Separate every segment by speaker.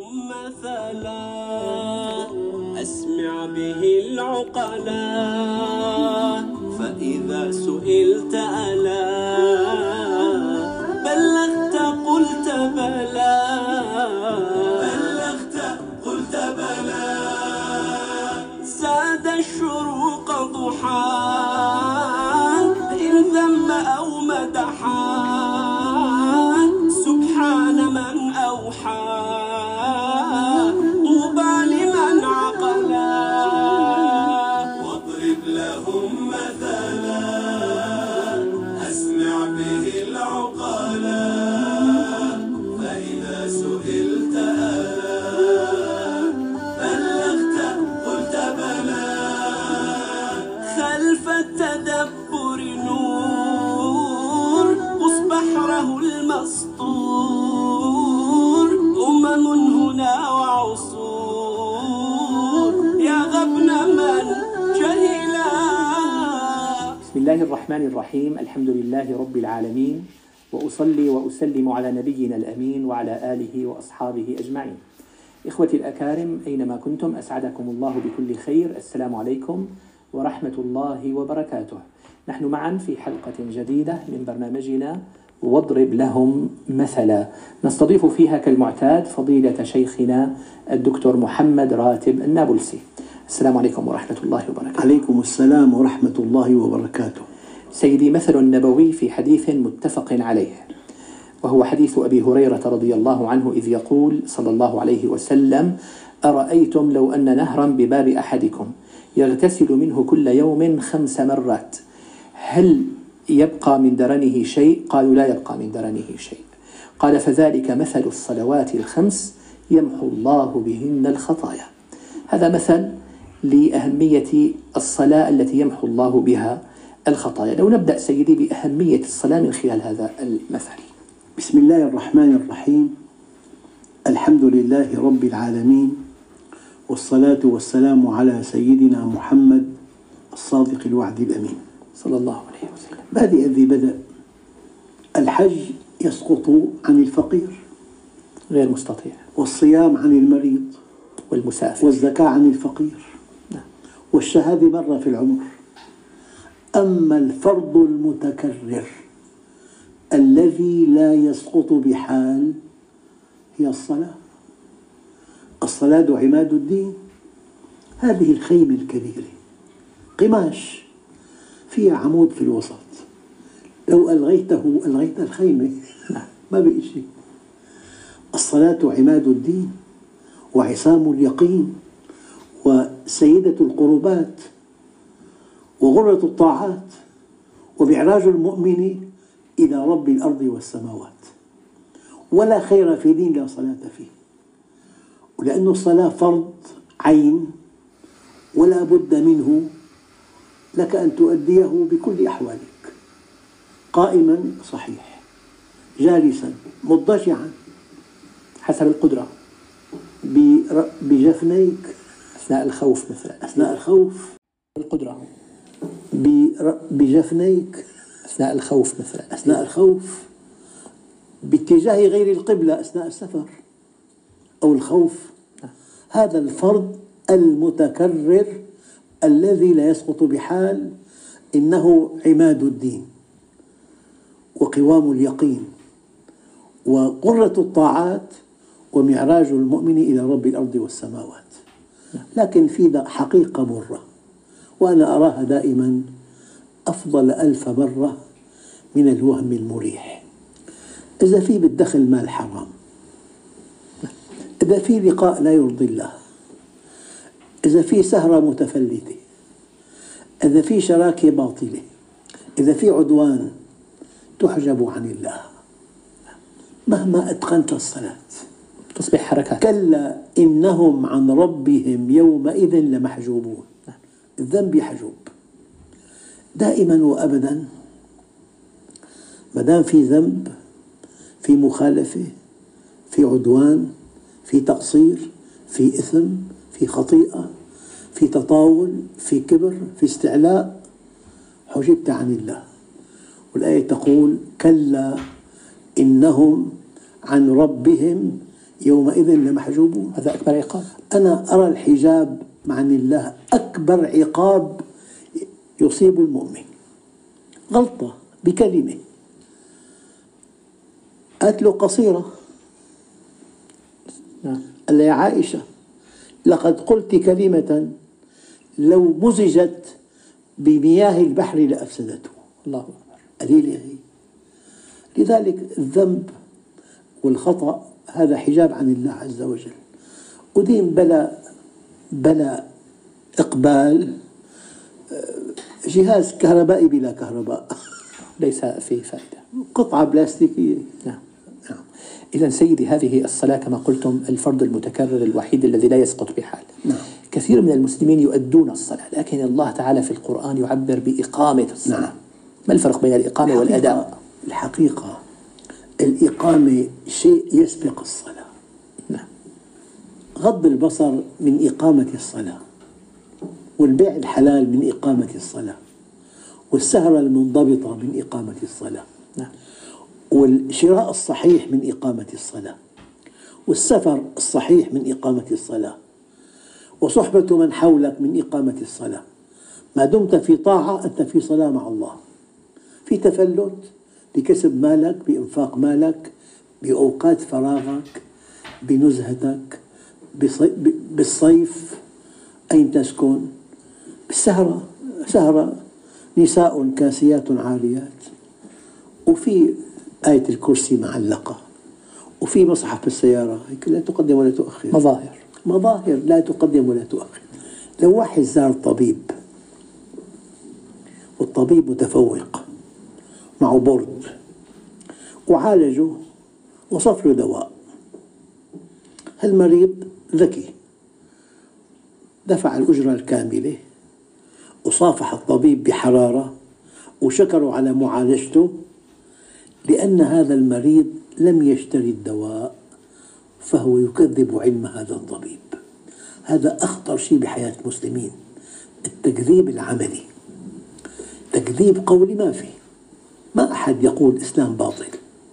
Speaker 1: مثلا أسمع به العقلا، فإذا سئلت ألا بلغت قلت بلى، بلغت قلت بلى. زاد الشروق ضحى إن ذم أو مدحا، سبحان من أوحى طوبى لمن عقلا. واضرب لهم مثلا أسمع به العقلا، فإذا سئلت ألا بلغت قلت بلى. خلف التدبر نور قص بحره المسطور، هنا وعصور يا غبن من جهلا.
Speaker 2: بسم الله الرحمن الرحيم، الحمد لله رب العالمين، وأصلي وأسلم على نبينا الأمين وعلى آله وأصحابه أجمعين. إخوتي الأكارم أينما كنتم أسعدكم الله بكل خير. السلام عليكم ورحمة الله وبركاته. نحن معا في حلقة جديدة من برنامجنا واضرب لهم مثلا، نستضيف فيها كالمعتاد فضيلة شيخنا الدكتور محمد راتب النابلسي. السلام عليكم ورحمة الله وبركاته.
Speaker 3: عليكم السلام ورحمة الله وبركاته.
Speaker 2: سيدي، مثل نبوي في حديث متفق عليه، وهو حديث أبي هريرة رضي الله عنه إذ يقول صلى الله عليه وسلم: أرأيتم لو أن نهرا بباب أحدكم يغتسل منه كل يوم 5 مرات هل يبقى من درنه شيء؟ قالوا: لا يبقى من درنه شيء. قال: فذلك مثل الصلوات ال5 يمحو الله بهن الخطايا. هذا مثل لأهمية الصلاة التي يمحو الله بها الخطايا. لو نبدأ سيدي بأهمية الصلاة من خلال هذا المثل.
Speaker 3: بسم الله الرحمن الرحيم، الحمد لله رب العالمين، والصلاة والسلام على سيدنا محمد الصادق الوعد الأمين
Speaker 2: صلى الله عليه وسلم.
Speaker 3: بادئ ذي بدء، الحج يسقط عن الفقير
Speaker 2: غير مستطيع،
Speaker 3: والصيام عن المريض،
Speaker 2: والمسافر،
Speaker 3: والزكاة عن الفقير، والشهادة مرة في العمر. أما الفرض المتكرر الذي لا يسقط بحال هي الصلاة. الصلاة عماد الدين. هذه الخيمة الكبيرة قماش فيها عمود في الوسط، لو ألغيته ألغيت الخيمة، ما بقي شيء. الصلاة عماد الدين وعصام اليقين وسيدة القربات وغرة الطاعات ومعراج المؤمن إلى رب الأرض والسماوات. ولا خير في دين لا صلاة فيه، ولأن الصلاة فرض عين ولا بد منه، لك أن تؤديه بكل أحوالك، قائما صحيح، جالسا، مضطجعا
Speaker 2: حسب القدرة،
Speaker 3: بجفنيك
Speaker 2: أثناء الخوف مثلا،
Speaker 3: أثناء الخوف،
Speaker 2: القدرة
Speaker 3: بجفنيك
Speaker 2: أثناء الخوف مثلا،
Speaker 3: أثناء الخوف، باتجاه غير القبلة أثناء السفر أو الخوف. هذا الفرض المتكرر الذي لا يسقط بحال، إنه عماد الدين وقوام اليقين وقرة الطاعات ومعراج المؤمن إلى رب الأرض والسماوات. لكن في حقيقة مرة، وأنا أراها دائما أفضل 1000 مرة من الوهم المريح. إذا في بالدخل مال حرام، إذا في لقاء لا يرضي الله، إذا في سهرة متفلتة، إذا في شراكة باطلة، إذا في عدوان، تحجب عن الله مهما أتقنت الصلاة،
Speaker 2: تصبح حركات.
Speaker 3: كلا إنهم عن ربهم يومئذ لمحجوبون. الذنب يحجب دائما وأبدا. ما دام في ذنب، في مخالفة، في عدوان، في تقصير، في إثم، في خطيئة، في تطاول، في كبر، في استعلاء، حجبت عن الله. والآية تقول: كلا إنهم عن ربهم يومئذ لمحجوبون.
Speaker 2: هذا أكبر عقاب.
Speaker 3: أنا أرى الحجاب عن الله أكبر عقاب يصيب المؤمن. غلطة بكلمة، قالت له قصيرة، قال لها يا عائشة لقد قلت كلمة لو مزجت بمياه البحر لأفسدته.
Speaker 2: الله أكبر.
Speaker 3: قليلة هي. لذلك الذنب والخطأ هذا حجاب عن الله عز وجل. ودين بلا إقبال جهاز كهربائي بلا كهرباء
Speaker 2: ليس فيه فائدة،
Speaker 3: قطعة بلاستيكية.
Speaker 2: نعم. إذا سيدي هذه الصلاة كما قلتم الفرض المتكرر الوحيد الذي لا يسقط بحال.
Speaker 3: نعم.
Speaker 2: كثير من المسلمين يؤدون الصلاة، لكن الله تعالى في القرآن يعبر بإقامة الصلاة.
Speaker 3: نعم.
Speaker 2: ما الفرق بين الإقامة والأداء؟
Speaker 3: الحقيقة الإقامة شيء يسبق الصلاة.
Speaker 2: نعم.
Speaker 3: غض البصر من إقامة الصلاة، والبيع الحلال من إقامة الصلاة، والسهرة المنضبطة من إقامة الصلاة.
Speaker 2: نعم.
Speaker 3: والشراء الصحيح من إقامة الصلاة، والسفر الصحيح من إقامة الصلاة، وصحبة من حولك من إقامة الصلاة. ما دمت في طاعة أنت في صلاة مع الله. في تفلت بكسب مالك، بإنفاق مالك، بأوقات فراغك، بنزهتك، بالصيف أين تسكن، بالسهرة، سهرة نساء كاسيات عاريات، وفي آية الكرسي معلقة، وفي مصحف بالسيارة، هيك لا تقدم ولا تؤخر. مظاهر لا تقدم ولا تؤخر. لو واحد زار طبيب والطبيب متفوق معه بورد وعالجه وصف له دواء، هالمريض ذكي دفع الأجرة الكاملة وصافح الطبيب بحرارة وشكره على معالجته، لأن هذا المريض لم يشتري الدواء فهو يكذب علم هذا الطبيب. هذا أخطر شيء بحياة المسلمين، التكذيب العملي. تكذيب قولي ما أحد يقول الإسلام باطل،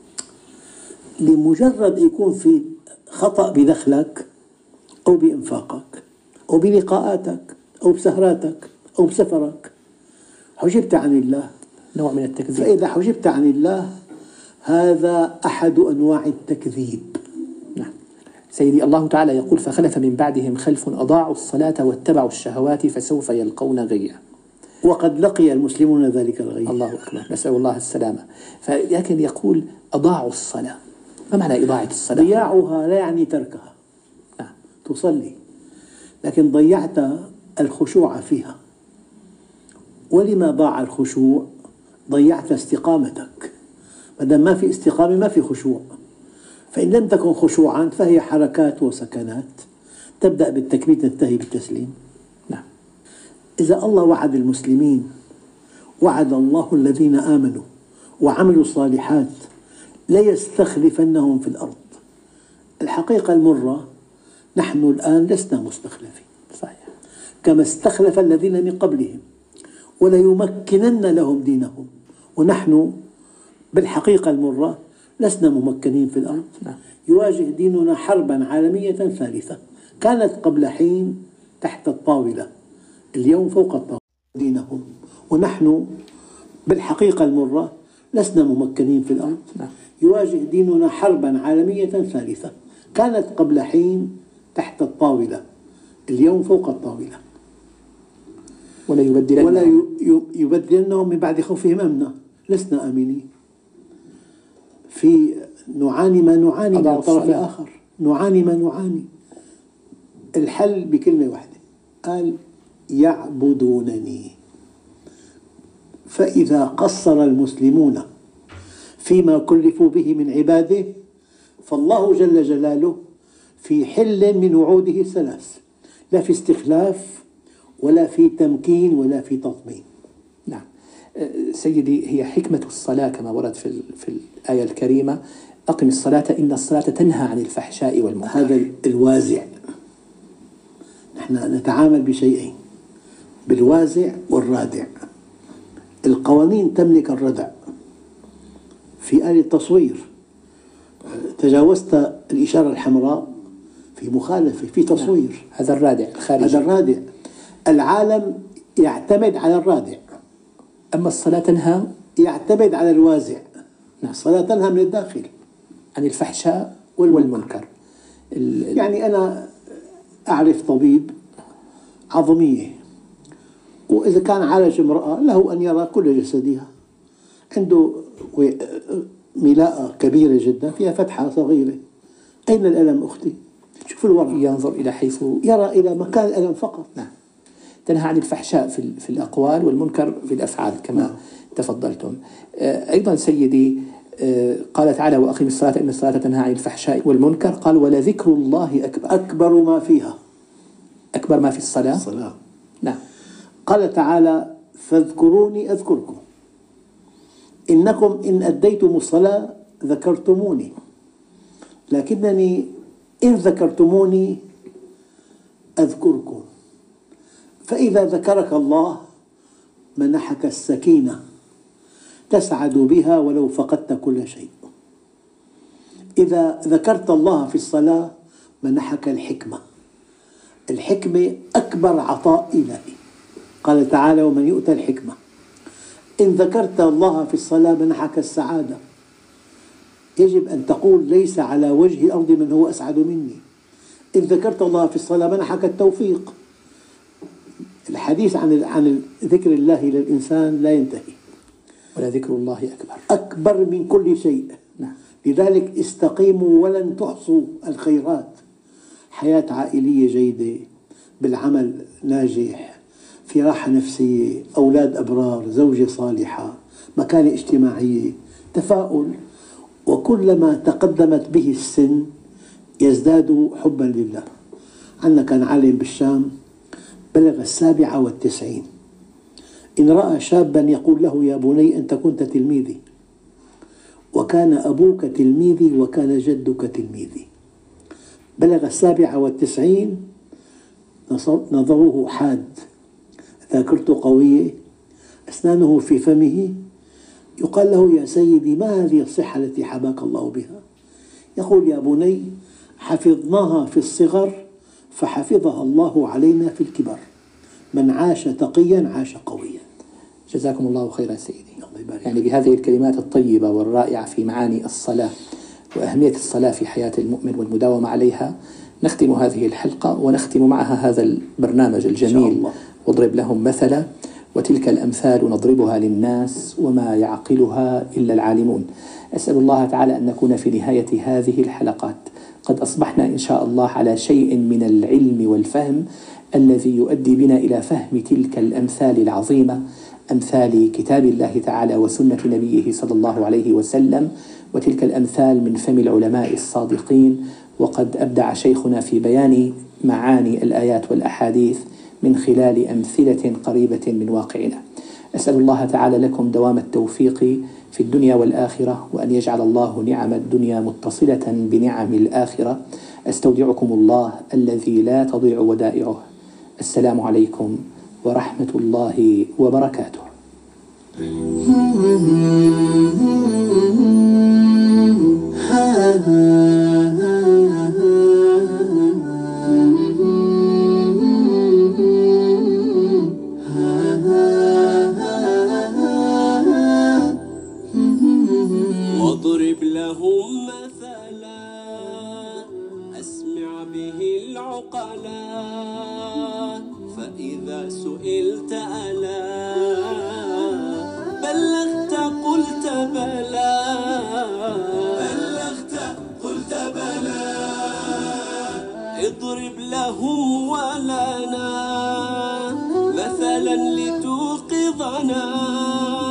Speaker 3: لمجرد يكون في خطأ بدخلك أو بإنفاقك أو بلقاءاتك أو بسهراتك أو بسفرك، حجبت عن الله،
Speaker 2: نوع من التكذيب.
Speaker 3: فإذا حجبت عن الله هذا أحد أنواع التكذيب.
Speaker 2: نعم. سيدي الله تعالى يقول فخلف من بعدهم خلف أضاعوا الصلاة واتبعوا الشهوات فسوف يلقون غيا.
Speaker 3: وقد لقي المسلمون ذلك الغي.
Speaker 2: الله أكبر، نسأل الله السلامة. لكن يقول أضاعوا الصلاة، ما معنى إضاعة الصلاة؟
Speaker 3: ضياعها لا يعني تركها.
Speaker 2: نعم.
Speaker 3: تصلي لكن ضيعت الخشوع فيها. ولما ضاع الخشوع؟ ضيعت استقامتك. ما دام ما في استقامة ما في خشوع، فإن لم تكن خشوعا فهي حركات وسكنات، تبدأ بالتكبير تنتهي بالتسليم.
Speaker 2: نعم.
Speaker 3: إذا الله وعد المسلمين، وعد الله الذين آمنوا وعملوا الصالحات ليستخلفنهم في الأرض. الحقيقة المرة نحن الآن لسنا مستخلفين،
Speaker 2: صحيح،
Speaker 3: كما استخلف الذين من قبلهم، وليمكنن لهم دينهم، ونحن بالحقيقة المرة لسنا ممكنين في الأرض.
Speaker 2: نعم.
Speaker 3: يواجه ديننا حربا عالمية ثالثة كانت قبل حين تحت الطاولة، اليوم فوق الطاولة دينهم، ونحن بالحقيقة المرة لسنا ممكنين في الأرض.
Speaker 2: نعم.
Speaker 3: يواجه ديننا حربا عالمية ثالثة كانت قبل حين تحت الطاولة، اليوم فوق الطاولة. ولا يبدلنهم من بعد خوفهم أمنا. لسنا آمنين، في نعاني ما نعاني من الطرف الآخر، نعاني ما نعاني. الحل بكلمة واحدة، قال يعبدونني. فإذا قصر المسلمون فيما كلفوا به من عباده فالله جل جلاله في حل من وعوده الثلاث، لا في استخلاف ولا في تمكين ولا في تطمين.
Speaker 2: نعم. سيدي، هي حكمة الصلاة كما ورد في الآية الكريمة أقم الصلاة إن الصلاة تنهى عن الفحشاء والمنكر.
Speaker 3: هذا الوازع. نحن نتعامل بشيئين، بالوازع والرادع. القوانين تملك الردع في آلة تصوير، تجاوزت الإشارة الحمراء في مخالفة، في تصوير.
Speaker 2: هذا الرادع الخارجي.
Speaker 3: هذا الرادع. العالم يعتمد على الرادع،
Speaker 2: أما الصلاة تنهى
Speaker 3: يعتمد على الوازع.
Speaker 2: نعم.
Speaker 3: الصلاة تنهى من الداخل
Speaker 2: عن الفحشاء والمنكر.
Speaker 3: يعني أنا أعرف طبيب عظمية، وإذا كان عالج امرأة له أن يرى كل جسدها، عنده ملاءة كبيرة جدا فيها فتحة صغيرة. أين الألم أختي؟ شوف الورع،
Speaker 2: ينظر إلى حيث
Speaker 3: يرى إلى مكان الألم فقط.
Speaker 2: نعم. تنهى عن الفحشاء في الأقوال والمنكر في الأفعال كما تفضلتم. أيضا سيدي قال تعالى وأقم الصلاة إن الصلاة تنهى عن الفحشاء والمنكر. قال ولذكر الله أكبر.
Speaker 3: أكبر ما فيها،
Speaker 2: أكبر ما في الصلاة.
Speaker 3: الصلاة.
Speaker 2: نعم.
Speaker 3: قال تعالى فاذكروني أذكركم إنكم إن أديتم الصلاة ذكرتموني، لكنني إن ذكرتموني أذكركم. فإذا ذكرك الله منحك السكينة تسعد بها ولو فقدت كل شيء. إذا ذكرت الله في الصلاة منحك الحكمة. الحكمة أكبر عطاء إلهي. قال تعالى ومن يؤتى الحكمة. إن ذكرت الله في الصلاة منحك السعادة. يجب أن تقول ليس على وجه الأرض من هو أسعد مني. إن ذكرت الله في الصلاة منحك التوفيق. الحديث عن ذكر الله للإنسان لا ينتهي.
Speaker 2: ولذكر الله أكبر.
Speaker 3: أكبر من كل شيء.
Speaker 2: نعم.
Speaker 3: لذلك استقيموا ولن تحصوا الخيرات. حياة عائلية جيدة، بالعمل ناجح، في راحة نفسية، أولاد أبرار، زوجة صالحة، مكانة اجتماعية، تفاؤل. وكلما تقدمت به السن يزداد حبا لله. عندنا كان عالم بالشام بلغ 97، إن رأى شابا يقول له يا بني أنت كنت تلميذي وكان أبوك تلميذي وكان جدك تلميذي. بلغ 97 نظره حاد، ذاكرته قوية، أسنانه في فمه. يقال له يا سيدي ما هذه الصحة التي حباك الله بها؟ يقول يا بني حفظناها في الصغر فحفظها الله علينا في الكبر. من عاش تقيا عاش قويا.
Speaker 2: جزاكم الله خيرا سيدي. يعني بهذه الكلمات الطيبة والرائعة في معاني الصلاة وأهمية الصلاة في حياة المؤمن والمداومة عليها نختم هذه الحلقة ونختم معها هذا البرنامج الجميل. واضرب لهم مثلا وتلك الأمثال نضربها للناس وما يعقلها إلا العالمون. أسأل الله تعالى أن نكون في نهاية هذه الحلقات قد أصبحنا إن شاء الله على شيء من العلم والفهم الذي يؤدي بنا إلى فهم تلك الأمثال العظيمة، أمثال كتاب الله تعالى وسنة نبيه صلى الله عليه وسلم، وتلك الأمثال من فم العلماء الصادقين. وقد أبدع شيخنا في بيان معاني الآيات والأحاديث من خلال أمثلة قريبة من واقعنا. أسأل الله تعالى لكم دوام التوفيق في الدنيا والآخرة، وأن يجعل الله نعم الدنيا متصلة بنعم الآخرة. أستودعكم الله الذي لا تضيع ودائعه. السلام عليكم ورحمة الله وبركاته.
Speaker 1: واضرب لهم مثلا أسمع به العقلاء فإذا سئلت ألا بلغت قلت بلى اضرب لهم ولنا مثلا لتوقظنا